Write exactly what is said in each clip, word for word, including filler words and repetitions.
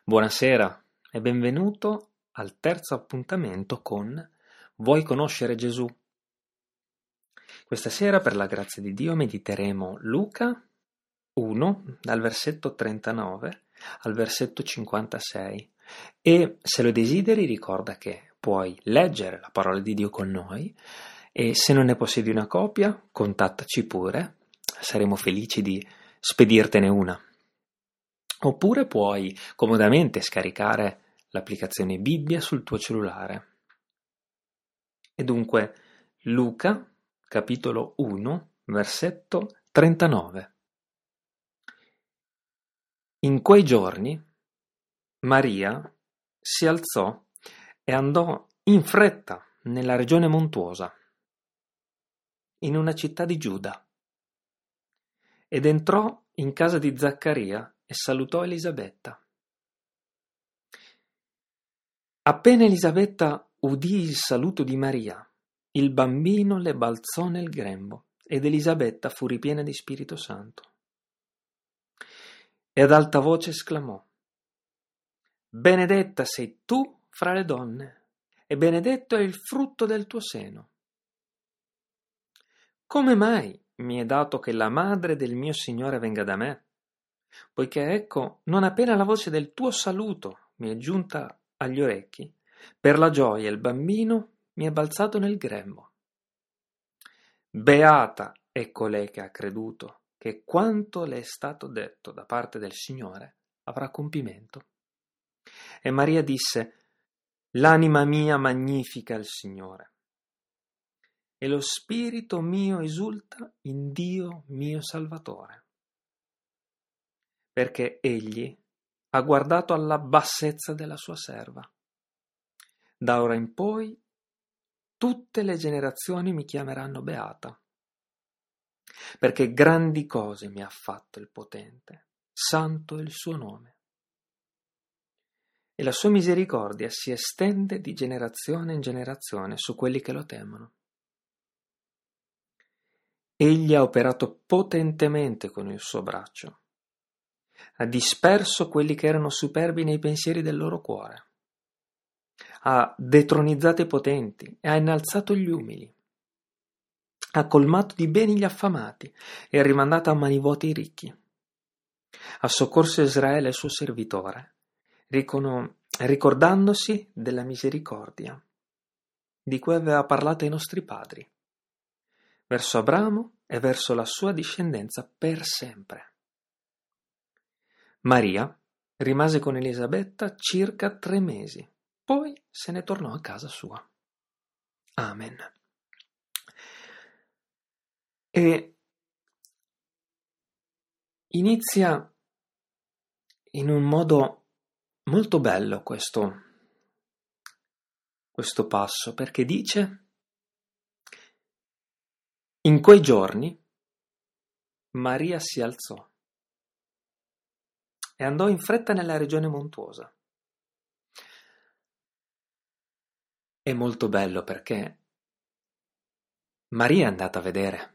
Buonasera e benvenuto al terzo appuntamento con Vuoi conoscere Gesù? Questa sera, per la grazia di Dio, mediteremo Luca uno, dal versetto trentanove al versetto cinquantasei. E se lo desideri, ricorda che puoi leggere la parola di Dio con noi e se non ne possiedi una copia, contattaci pure, saremo felici di spedirtene una. Oppure puoi comodamente scaricare l'applicazione Bibbia sul tuo cellulare. E dunque, Luca, capitolo uno, versetto trentanove. In quei giorni Maria si alzò e andò in fretta nella regione montuosa, in una città di Giuda, ed entrò in casa di Zaccaria e salutò Elisabetta. Appena Elisabetta udì il saluto di Maria, il bambino le balzò nel grembo ed Elisabetta fu ripiena di Spirito Santo. E ad alta voce esclamò: Benedetta sei tu fra le donne, e benedetto è il frutto del tuo seno. Come mai mi è dato che la madre del mio Signore venga da me? Poiché ecco, non appena la voce del tuo saluto mi è giunta agli orecchi, per la gioia il bambino mi è balzato nel grembo. Beata è colei che ha creduto che quanto le è stato detto da parte del Signore avrà compimento. E Maria disse: L'anima mia magnifica il Signore, e lo spirito mio esulta in Dio mio Salvatore, perché Egli ha guardato alla bassezza della sua serva. Da ora in poi tutte le generazioni mi chiameranno beata, perché grandi cose mi ha fatto il potente, santo è il suo nome. E la sua misericordia si estende di generazione in generazione su quelli che lo temono. Egli ha operato potentemente con il suo braccio, ha disperso quelli che erano superbi nei pensieri del loro cuore, ha detronizzato i potenti e ha innalzato gli umili, ha colmato di beni gli affamati e ha rimandato a mani vuote i ricchi. Ha soccorso Israele, il suo servitore, ricono- ricordandosi della misericordia di cui aveva parlato ai nostri padri, verso Abramo e verso la sua discendenza per sempre. Maria rimase con Elisabetta circa tre mesi, poi se ne tornò a casa sua. Amen. E inizia in un modo molto bello questo, questo passo, perché dice: in quei giorni Maria si alzò e andò in fretta nella regione montuosa. È molto bello perché Maria è andata a vedere.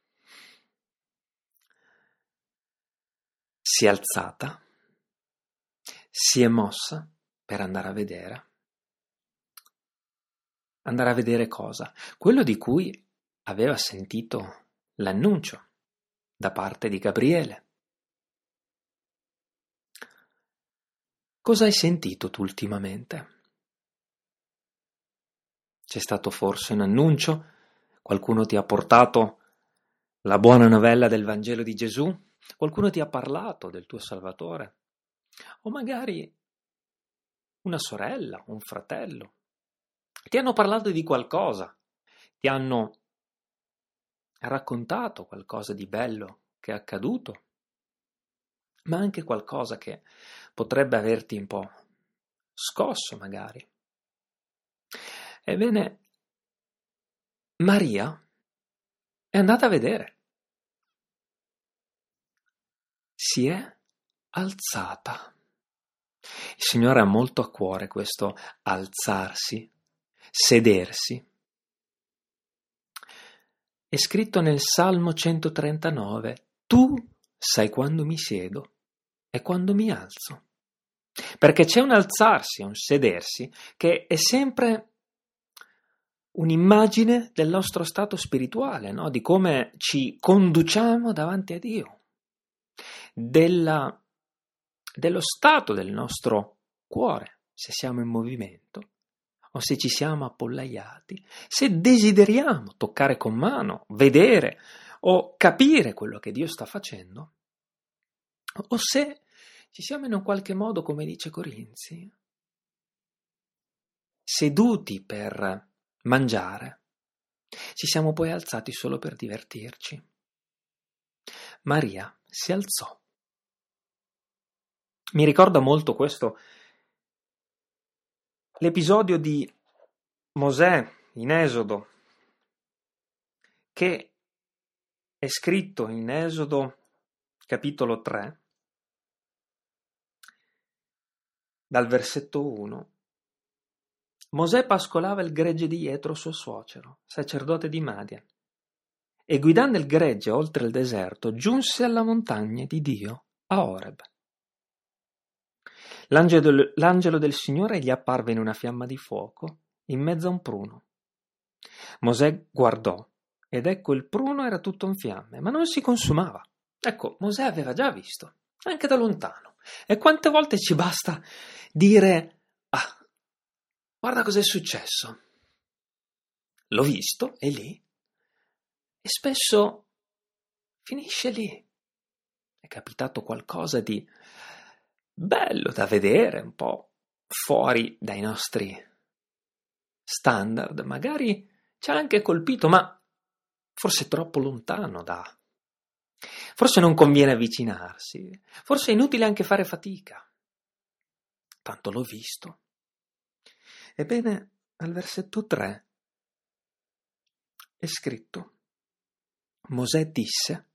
Si è alzata, si è mossa per andare a vedere. Andare a vedere cosa? Quello di cui aveva sentito l'annuncio da parte di Gabriele. Cosa hai sentito tu ultimamente? C'è stato forse un annuncio? Qualcuno ti ha portato la buona novella del Vangelo di Gesù? Qualcuno ti ha parlato del tuo Salvatore? O magari una sorella, un fratello? Ti hanno parlato di qualcosa? Ti hanno raccontato qualcosa di bello che è accaduto? Ma anche qualcosa che potrebbe averti un po' scosso magari. Ebbene, Maria è andata a vedere. Si è alzata. Il Signore ha molto a cuore questo alzarsi, sedersi. È scritto nel Salmo centotrentanove: Tu sai quando mi siedo e quando mi alzo. perché c'è un alzarsi, un sedersi, che è sempre un'immagine del nostro stato spirituale, no? Di come ci conduciamo davanti a Dio, della, dello stato del nostro cuore, se siamo in movimento o se ci siamo appollaiati, se desideriamo toccare con mano, vedere o capire quello che Dio sta facendo, o se ci siamo in un qualche modo, come dice Corinzi, seduti per mangiare, ci siamo poi alzati solo per divertirci. Maria si alzò. Mi ricorda molto questo l'episodio di Mosè in Esodo, che è scritto in Esodo capitolo tre, dal versetto uno. Mosè pascolava il gregge di Jetro suo suocero, sacerdote di Madian, e guidando il gregge oltre il deserto giunse alla montagna di Dio a Oreb. L'angelo, l'angelo del Signore gli apparve in una fiamma di fuoco in mezzo a un pruno. Mosè guardò ed ecco il pruno era tutto in fiamme, ma non si consumava. Ecco, Mosè aveva già visto, anche da lontano. E quante volte ci basta dire: ah, guarda cos'è successo. L'ho visto, è lì. E spesso finisce lì. È capitato qualcosa di bello da vedere, un po' fuori dai nostri standard. Magari ci ha anche colpito, ma forse troppo lontano da... Forse non conviene avvicinarsi. Forse è inutile anche fare fatica. Tanto l'ho visto. Ebbene, al versetto tre è scritto: Mosè disse: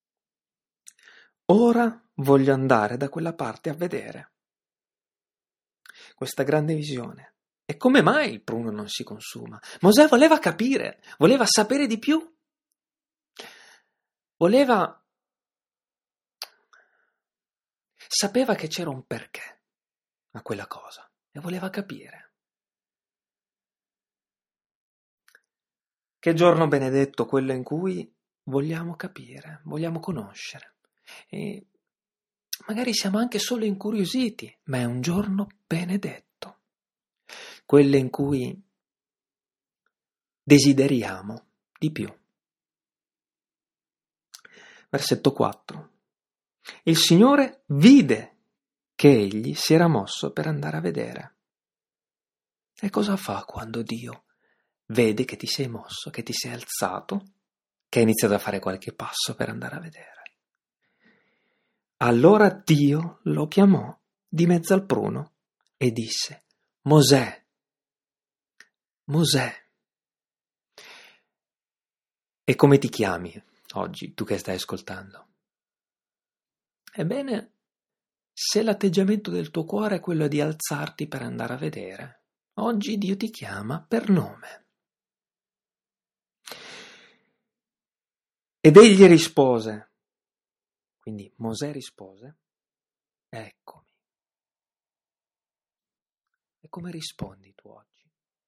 ora voglio andare da quella parte a vedere questa grande visione. E come mai il pruno non si consuma? Mosè voleva capire, voleva sapere di più. Voleva... Sapeva che c'era un perché a quella cosa e voleva capire. Che giorno benedetto quello in cui vogliamo capire, vogliamo conoscere. E magari siamo anche solo incuriositi, ma è un giorno benedetto. Quello in cui desideriamo di più. Versetto quattro. Il Signore vide che egli si era mosso per andare a vedere. E cosa fa quando Dio vede che ti sei mosso, che ti sei alzato, che hai iniziato a fare qualche passo per andare a vedere? Allora Dio lo chiamò di mezzo al pruno e disse: Mosè, Mosè. E come ti chiami oggi, tu che stai ascoltando? Ebbene, se l'atteggiamento del tuo cuore è quello di alzarti per andare a vedere, oggi Dio ti chiama per nome. Ed egli rispose, quindi Mosè rispose: eccomi. E come rispondi tu oggi?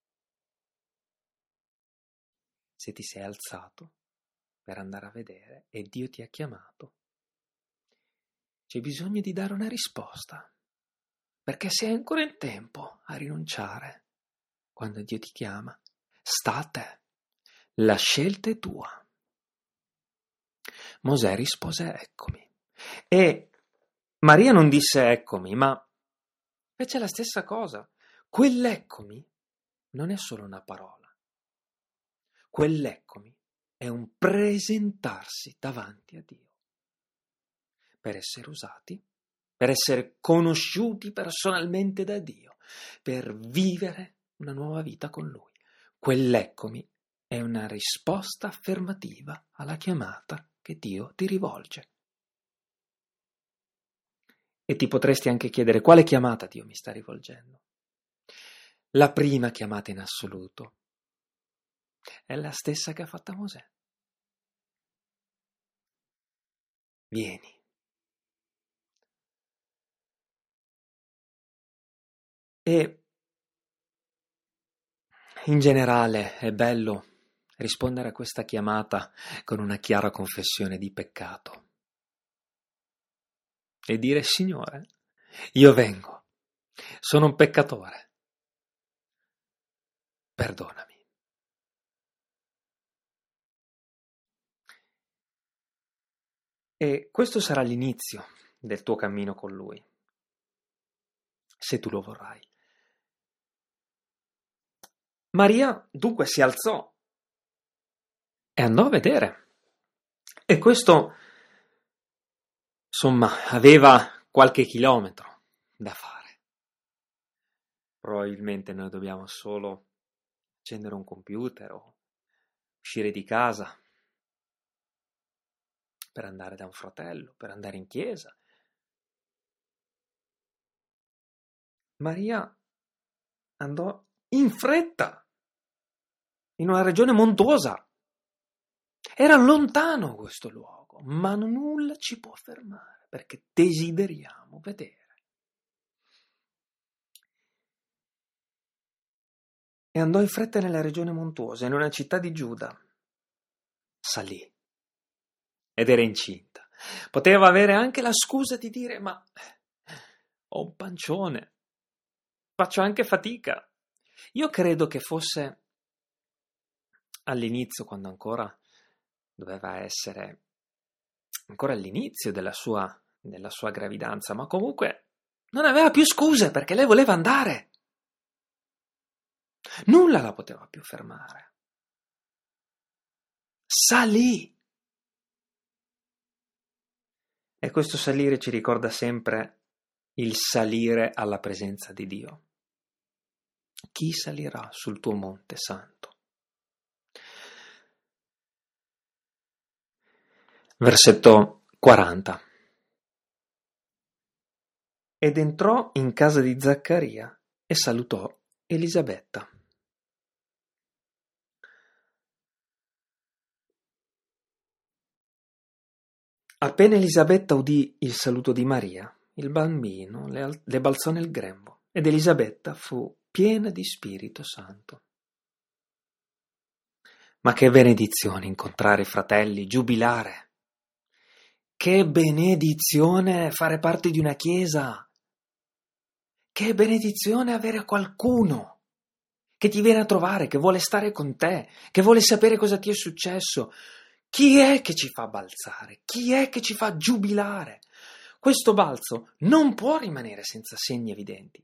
Se ti sei alzato per andare a vedere e Dio ti ha chiamato, c'è bisogno di dare una risposta, perché sei ancora in tempo a rinunciare. Quando Dio ti chiama, sta a te, la scelta è tua. Mosè rispose: eccomi. E Maria non disse eccomi, ma fece la stessa cosa. Quell'eccomi non è solo una parola. Quell'eccomi è un presentarsi davanti a Dio per essere usati, per essere conosciuti personalmente da Dio, per vivere una nuova vita con Lui. Quell'eccomi è una risposta affermativa alla chiamata che Dio ti rivolge. E ti potresti anche chiedere: quale chiamata Dio mi sta rivolgendo? La prima chiamata in assoluto è la stessa che ha fatta Mosè. Vieni. E in generale è bello rispondere a questa chiamata con una chiara confessione di peccato e dire: Signore, io vengo, sono un peccatore, perdonami. E questo sarà l'inizio del tuo cammino con Lui, se tu lo vorrai. Maria dunque si alzò e andò a vedere. E questo, insomma, aveva qualche chilometro da fare. Probabilmente noi dobbiamo solo accendere un computer o uscire di casa per andare da un fratello, per andare in chiesa. Maria andò in fretta in una regione montuosa. Era lontano questo luogo, ma nulla ci può fermare perché desideriamo vedere. E andò in fretta nella regione montuosa, in una città di Giuda. Salì ed era incinta. Poteva avere anche la scusa di dire: ma ho un pancione, faccio anche fatica. Io credo che fosse all'inizio, quando ancora doveva essere ancora all'inizio della sua, della sua gravidanza, ma comunque non aveva più scuse perché lei voleva andare. Nulla la poteva più fermare. Salì. E questo salire ci ricorda sempre il salire alla presenza di Dio. Chi salirà sul tuo monte santo? Versetto quaranta. Ed entrò in casa di Zaccaria e salutò Elisabetta. Appena Elisabetta udì il saluto di Maria, il bambino le, al- le balzò nel grembo ed Elisabetta fu piena di Spirito Santo. Ma che benedizione incontrare i fratelli, giubilare! Che benedizione fare parte di una chiesa! Che benedizione avere qualcuno che ti viene a trovare, che vuole stare con te, che vuole sapere cosa ti è successo. Chi è che ci fa balzare? Chi è che ci fa giubilare? Questo balzo non può rimanere senza segni evidenti.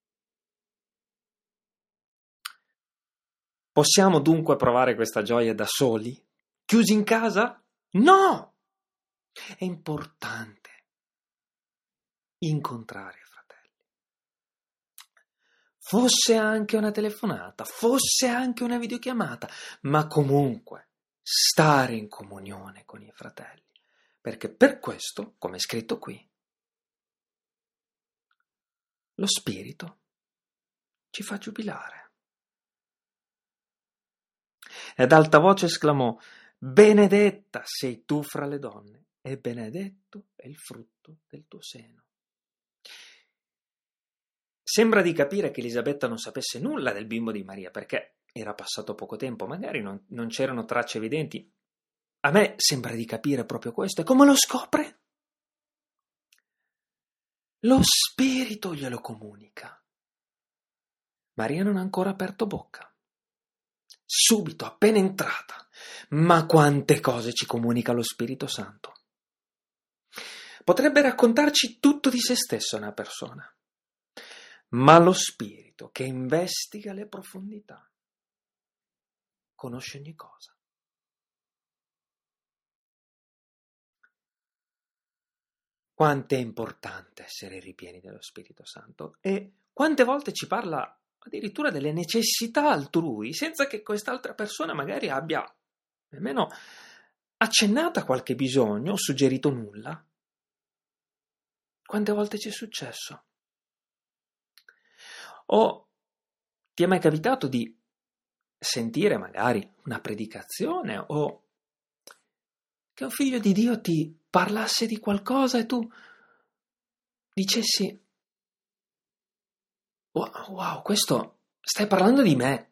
Possiamo dunque provare questa gioia da soli? Chiusi in casa? No! È importante incontrare i fratelli. Fosse anche una telefonata, fosse anche una videochiamata, ma comunque stare in comunione con i fratelli, perché per questo, come è scritto qui, lo Spirito ci fa giubilare. E ad alta voce esclamò: benedetta sei tu fra le donne, e benedetto è il frutto del tuo seno. Sembra di capire che Elisabetta non sapesse nulla del bimbo di Maria, perché era passato poco tempo, magari non, non c'erano tracce evidenti. A me sembra di capire proprio questo. E come lo scopre? Lo Spirito glielo comunica. Maria non ha ancora aperto bocca. Subito, appena entrata. Ma quante cose ci comunica lo Spirito Santo. Potrebbe raccontarci tutto di se stesso una persona, ma lo Spirito che investiga le profondità conosce ogni cosa. Quanto è importante essere ripieni dello Spirito Santo e quante volte ci parla addirittura delle necessità altrui senza che quest'altra persona magari abbia nemmeno accennato a qualche bisogno o suggerito nulla. Quante volte ci è successo? O ti è mai capitato di sentire magari una predicazione o che un figlio di Dio ti parlasse di qualcosa e tu dicessi: wow, wow, questo stai parlando di me.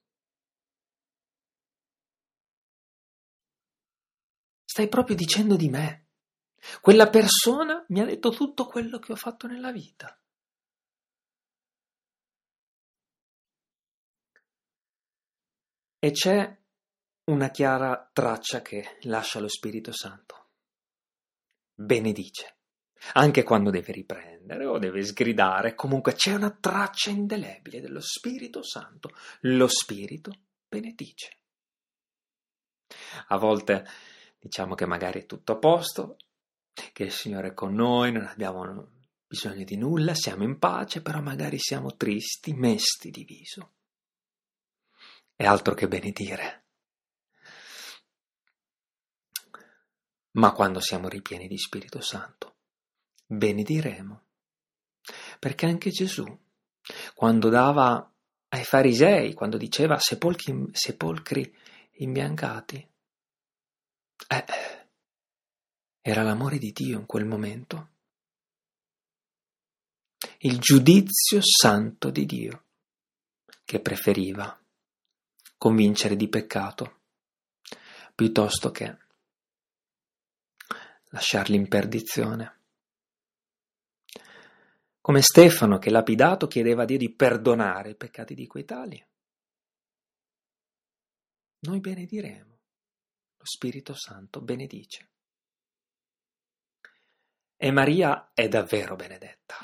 Stai proprio dicendo di me. Quella persona mi ha detto tutto quello che ho fatto nella vita. E c'è una chiara traccia che lascia lo Spirito Santo. Benedice. Anche quando deve riprendere o deve sgridare, comunque c'è una traccia indelebile dello Spirito Santo. Lo Spirito benedice. A volte diciamo che magari è tutto a posto, che il Signore è con noi, non abbiamo bisogno di nulla, siamo in pace, però magari siamo tristi, mesti di viso. È altro che benedire. Ma quando siamo ripieni di Spirito Santo, benediremo. Perché anche Gesù, quando dava ai farisei, quando diceva sepolcri, sepolcri imbiancati, eh, era l'amore di Dio in quel momento. Il giudizio santo di Dio, che preferiva convincere di peccato piuttosto che lasciarli in perdizione. Come Stefano che lapidato chiedeva a Dio di perdonare i peccati di quei tali. Noi benediremo, lo Spirito Santo benedice. E Maria è davvero benedetta.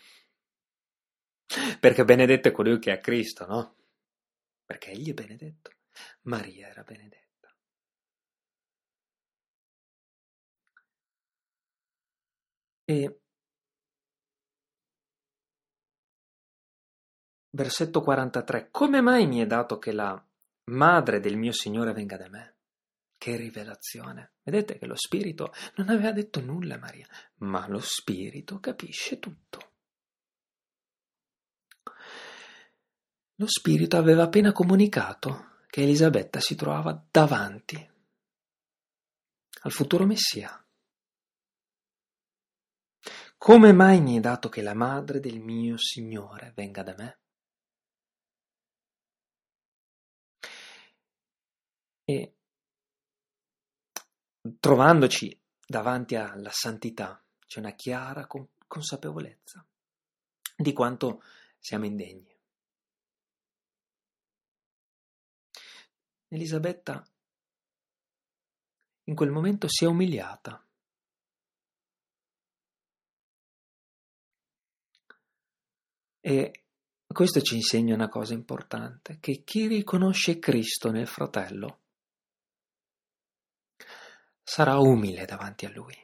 Perché benedetto è colui che ha Cristo, no? Perché egli è benedetto. Maria era benedetta. E versetto quarantatré. Come mai mi è dato che la madre del mio Signore venga da me? Che rivelazione. Vedete che lo Spirito non aveva detto nulla a Maria, ma lo Spirito capisce tutto. Lo Spirito aveva appena comunicato che Elisabetta si trovava davanti al futuro Messia. Come mai mi è dato che la madre del mio Signore venga da me? E trovandoci davanti alla santità c'è una chiara consapevolezza di quanto siamo indegni. Elisabetta in quel momento si è umiliata. E questo ci insegna una cosa importante, che chi riconosce Cristo nel fratello sarà umile davanti a Lui.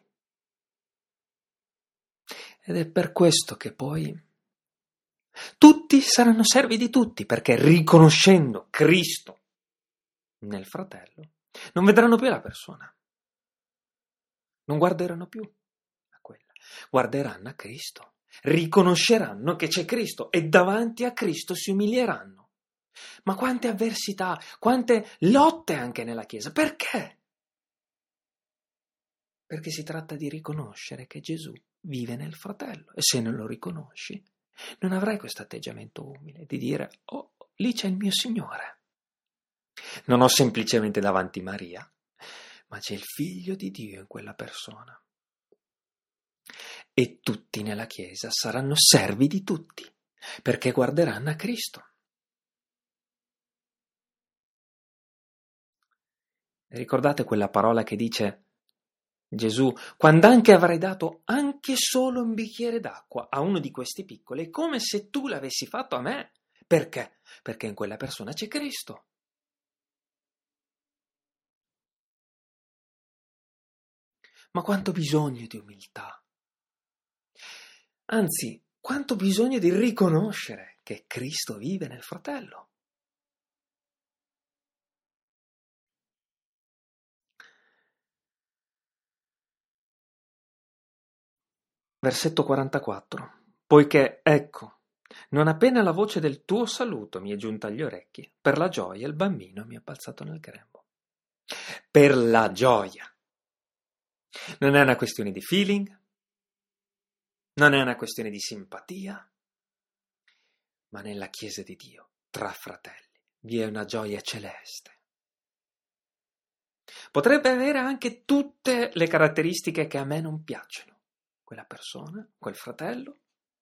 Ed è per questo che poi tutti saranno servi di tutti, perché riconoscendo Cristo nel fratello non vedranno più la persona, non guarderanno più a quella, guarderanno a Cristo. Riconosceranno che c'è Cristo e davanti a Cristo si umilieranno. Ma quante avversità, quante lotte anche nella Chiesa. Perché? Perché si tratta di riconoscere che Gesù vive nel fratello e se non lo riconosci non avrai questo atteggiamento umile di dire oh, lì c'è il mio Signore. Non ho semplicemente davanti Maria, ma c'è il Figlio di Dio in quella persona. E tutti nella Chiesa saranno servi di tutti, perché guarderanno a Cristo. Ricordate quella parola che dice Gesù, quando anche avrai dato anche solo un bicchiere d'acqua a uno di questi piccoli, è come se tu l'avessi fatto a me. Perché? Perché in quella persona c'è Cristo. Ma quanto bisogno di umiltà! Anzi, quanto bisogno di riconoscere che Cristo vive nel fratello. Versetto quarantaquattro. Poiché, ecco, non appena la voce del tuo saluto mi è giunta agli orecchi, per la gioia il bambino mi è balzato nel grembo. Per la gioia. Non è una questione di feeling, non è una questione di simpatia, ma nella Chiesa di Dio, tra fratelli, vi è una gioia celeste. Potrebbe avere anche tutte le caratteristiche che a me non piacciono, quella persona, quel fratello,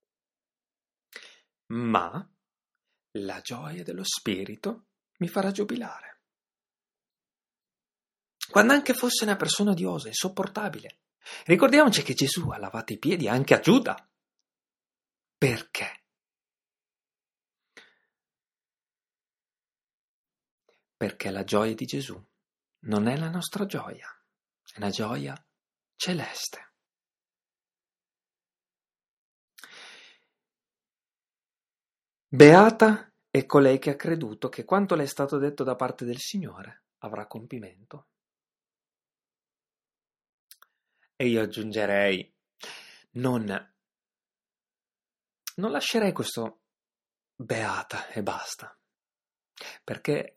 ma la gioia dello Spirito mi farà giubilare. Quando anche fosse una persona odiosa, insopportabile. Ricordiamoci che Gesù ha lavato i piedi anche a Giuda. Perché? Perché la gioia di Gesù non è la nostra gioia, è una gioia celeste. Beata è colei che ha creduto che quanto le è stato detto da parte del Signore avrà compimento. E io aggiungerei, non, non lascerei questo beata e basta, perché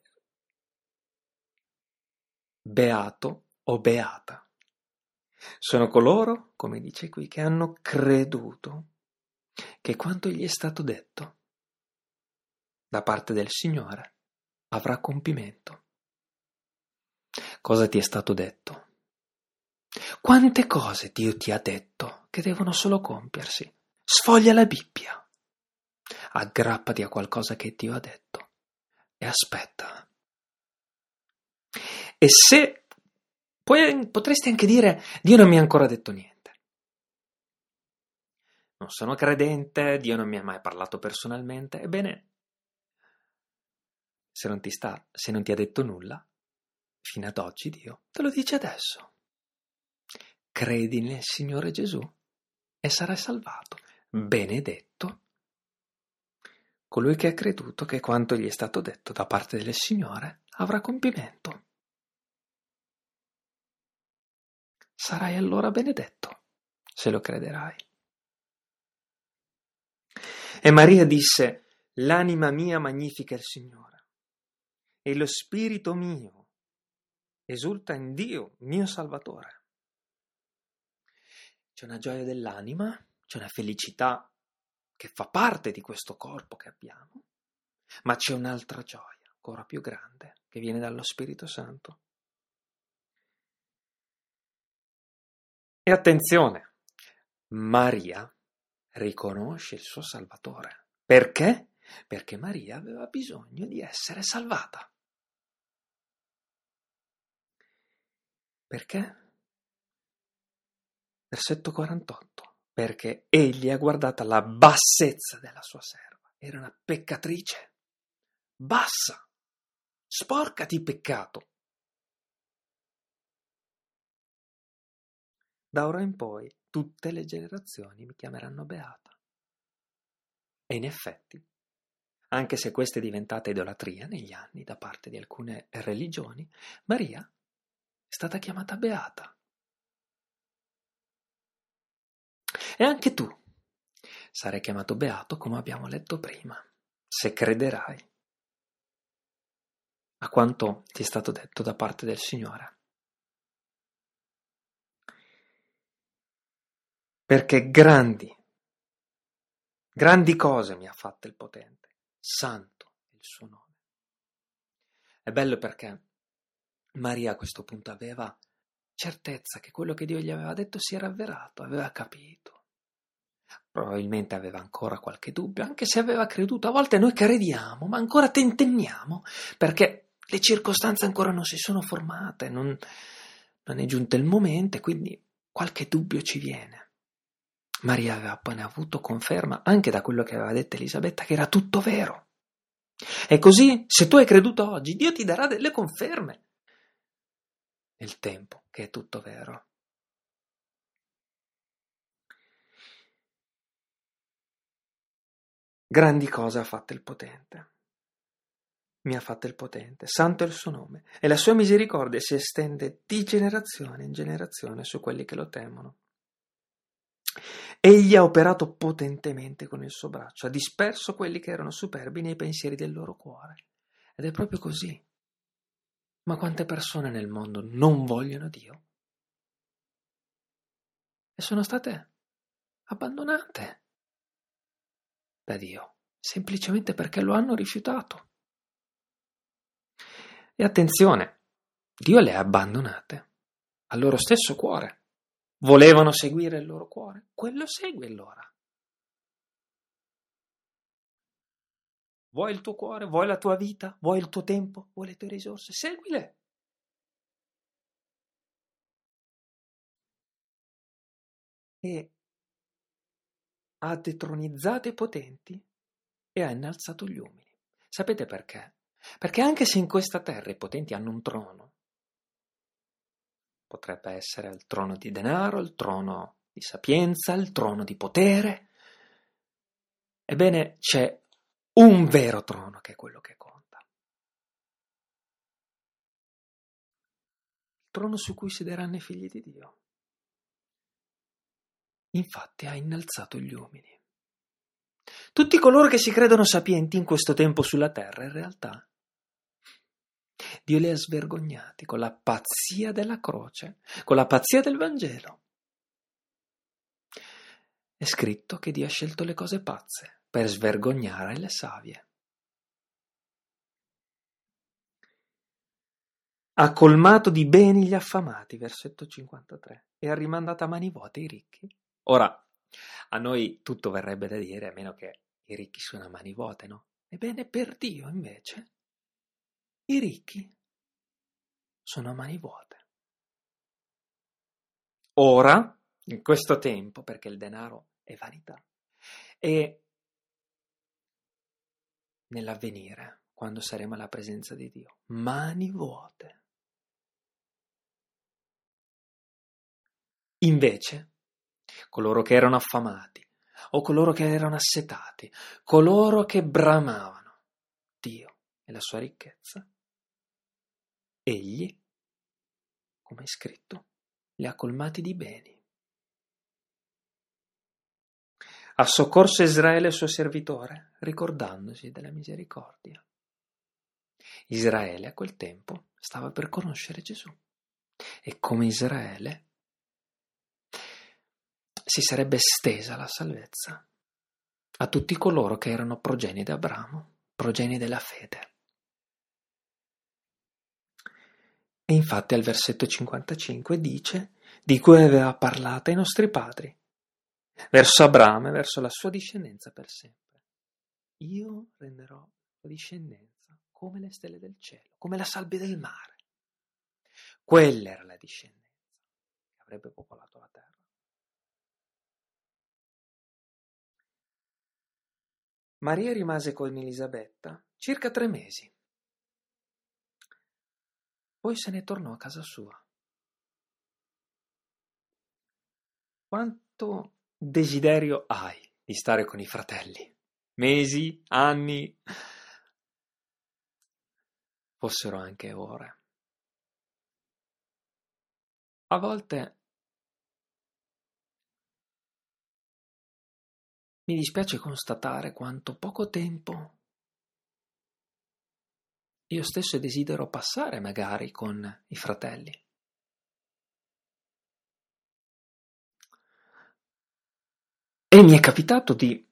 beato o beata sono coloro, come dice qui, che hanno creduto che quanto gli è stato detto da parte del Signore avrà compimento. Cosa ti è stato detto? Quante cose Dio ti ha detto che devono solo compiersi? Sfoglia la Bibbia, aggrappati a qualcosa che Dio ha detto e aspetta. E se poi potresti anche dire, Dio non mi ha ancora detto niente. Non sono credente, Dio non mi ha mai parlato personalmente. Ebbene, se non ti sta, se non ti ha detto nulla, fino ad oggi Dio te lo dice adesso. Credi nel Signore Gesù e sarai salvato. Benedetto colui che ha creduto che quanto gli è stato detto da parte del Signore avrà compimento. Sarai allora benedetto, se lo crederai. E Maria disse, l'anima mia magnifica il Signore, e lo spirito mio esulta in Dio, mio Salvatore. C'è una gioia dell'anima, c'è una felicità che fa parte di questo corpo che abbiamo, ma c'è un'altra gioia, ancora più grande, che viene dallo Spirito Santo. E attenzione, Maria riconosce il suo Salvatore. Perché? Perché Maria aveva bisogno di essere salvata. Perché? Versetto quarantotto. Perché egli ha guardata la bassezza della sua serva. Era una peccatrice. Bassa. Sporca di peccato. Da ora in poi tutte le generazioni mi chiameranno beata. E in effetti, anche se questa è diventata idolatria negli anni da parte di alcune religioni, Maria è stata chiamata beata. E anche tu sarai chiamato beato, come abbiamo letto prima, se crederai a quanto ti è stato detto da parte del Signore. Perché grandi, grandi cose mi ha fatte il potente, santo è il suo nome. È bello perché Maria a questo punto aveva certezza che quello che Dio gli aveva detto si era avverato, aveva capito. Probabilmente aveva ancora qualche dubbio, anche se aveva creduto. A volte noi crediamo, ma ancora tentenniamo, perché le circostanze ancora non si sono formate, non, non è giunto il momento, e quindi qualche dubbio ci viene. Maria aveva appena avuto conferma anche da quello che aveva detto Elisabetta, che era tutto vero. E così, se tu hai creduto oggi, Dio ti darà delle conferme nel tempo, che è tutto vero. Grandi cose ha fatto il potente. Mi ha fatto il potente, santo è il suo nome, e la sua misericordia si estende di generazione in generazione su quelli che lo temono. Egli ha operato potentemente con il suo braccio, ha disperso quelli che erano superbi nei pensieri del loro cuore. Ed è proprio così. Ma quante persone nel mondo non vogliono Dio? E sono state abbandonate da Dio. semplicemente perché lo hanno rifiutato. E attenzione, Dio le ha abbandonate al loro stesso cuore. Volevano seguire il loro cuore, quello segui allora. Vuoi il tuo cuore, vuoi la tua vita, vuoi il tuo tempo, vuoi le tue risorse, seguile. E ha detronizzato i potenti e ha innalzato gli umili. Sapete perché? Perché anche se in questa terra i potenti hanno un trono, potrebbe essere il trono di denaro, il trono di sapienza, il trono di potere, ebbene c'è un vero trono che è quello che conta. Il trono su cui siederanno i figli di Dio. Infatti ha innalzato gli umili. Tutti coloro che si credono sapienti in questo tempo sulla terra, in realtà, Dio li ha svergognati con la pazzia della croce, con la pazzia del Vangelo. È scritto che Dio ha scelto le cose pazze per svergognare le savie. Ha colmato di beni gli affamati, versetto cinquantatré, e ha rimandato a mani vuote i ricchi. Ora, a noi tutto verrebbe da dire, a meno che i ricchi sono a mani vuote, no? Ebbene, per Dio, invece, i ricchi sono a mani vuote. Ora, in questo tempo, perché il denaro è vanità, e nell'avvenire, quando saremo alla presenza di Dio, mani vuote. Invece, coloro che erano affamati, o coloro che erano assetati, coloro che bramavano Dio e la sua ricchezza, egli, come è scritto, li ha colmati di beni. Ha soccorso Israele, suo servitore, ricordandosi della misericordia. Israele a quel tempo stava per conoscere Gesù e come Israele si sarebbe estesa la salvezza a tutti coloro che erano progenie di Abramo, progenie della fede. E infatti al versetto cinquantacinque dice di cui aveva parlato ai nostri padri, verso Abramo e verso la sua discendenza per sempre. Io renderò la sua discendenza come le stelle del cielo, come la sabbia del mare. Quella era la discendenza che avrebbe popolato la terra. Maria rimase con Elisabetta circa tre mesi. Poi se ne tornò a casa sua. Quanto desiderio hai di stare con i fratelli? Mesi, anni, fossero anche ore. A volte mi dispiace constatare quanto poco tempo io stesso desidero passare magari con i fratelli. E mi è capitato di,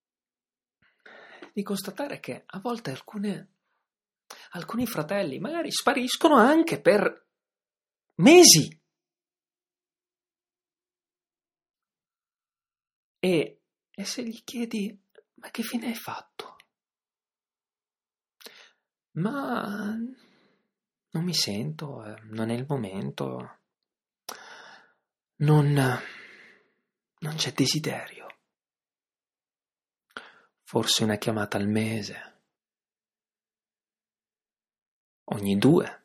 di constatare che a volte alcune, alcuni fratelli magari spariscono anche per mesi. E, e se gli chiedi, ma che fine hai fatto? Ma non mi sento, eh, non è il momento, non, non c'è desiderio. Forse una chiamata al mese, ogni due.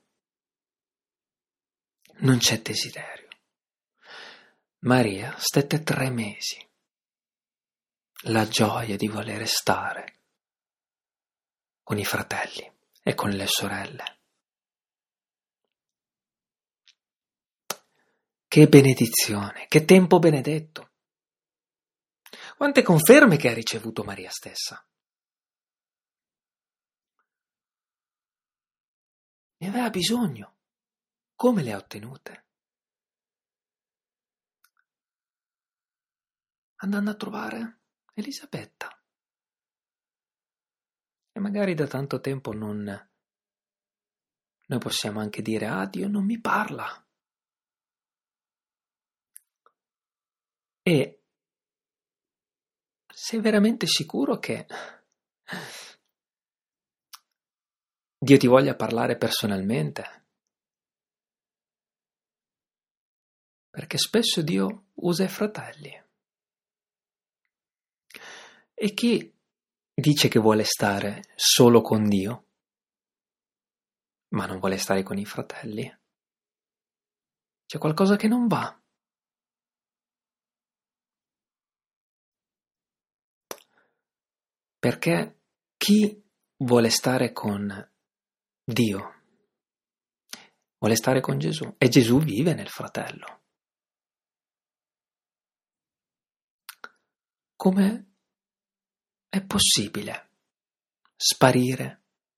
Non c'è desiderio. Maria stette tre mesi. La gioia di voler stare con i fratelli e con le sorelle. Che benedizione, che tempo benedetto. Quante conferme che ha ricevuto Maria stessa. Ne aveva bisogno. Come le ha ottenute? Andando a trovare Elisabetta. E magari da tanto tempo non... Noi possiamo anche dire, ah, Dio non mi parla. E sei veramente sicuro che Dio ti voglia parlare personalmente? Perché spesso Dio usa i fratelli. E chi dice che vuole stare solo con Dio, ma non vuole stare con i fratelli? C'è qualcosa che non va. Perché chi vuole stare con Dio vuole stare con Gesù e Gesù vive nel fratello. Come è possibile sparire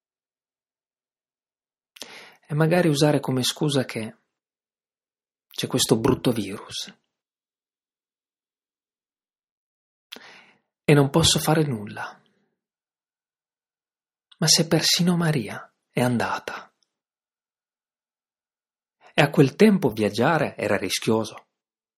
e magari usare come scusa che c'è questo brutto virus e non posso fare nulla? Ma se persino Maria è andata e a quel tempo viaggiare era rischioso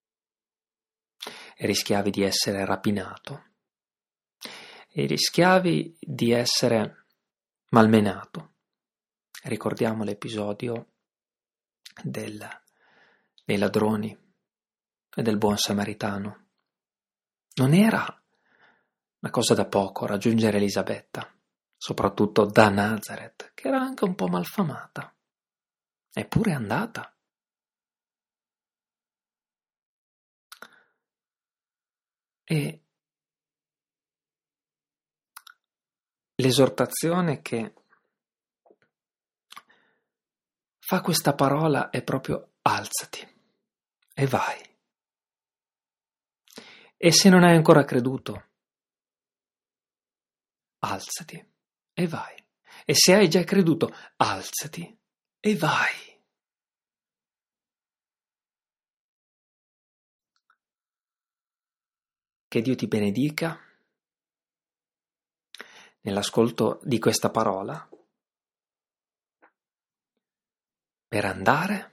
e rischiavi di essere rapinato e rischiavi di essere malmenato. Ricordiamo l'episodio del, dei ladroni e del buon samaritano. Non era una cosa da poco raggiungere Elisabetta, soprattutto da Nazareth, che era anche un po' malfamata. Eppure è andata. E l'esortazione che fa questa parola è proprio alzati e vai. E se non hai ancora creduto, alzati e vai. E se hai già creduto, alzati e vai. Che Dio ti benedica nell'ascolto di questa parola per andare,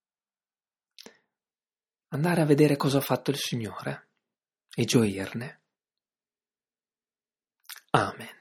andare a vedere cosa ha fatto il Signore e gioirne. Amen.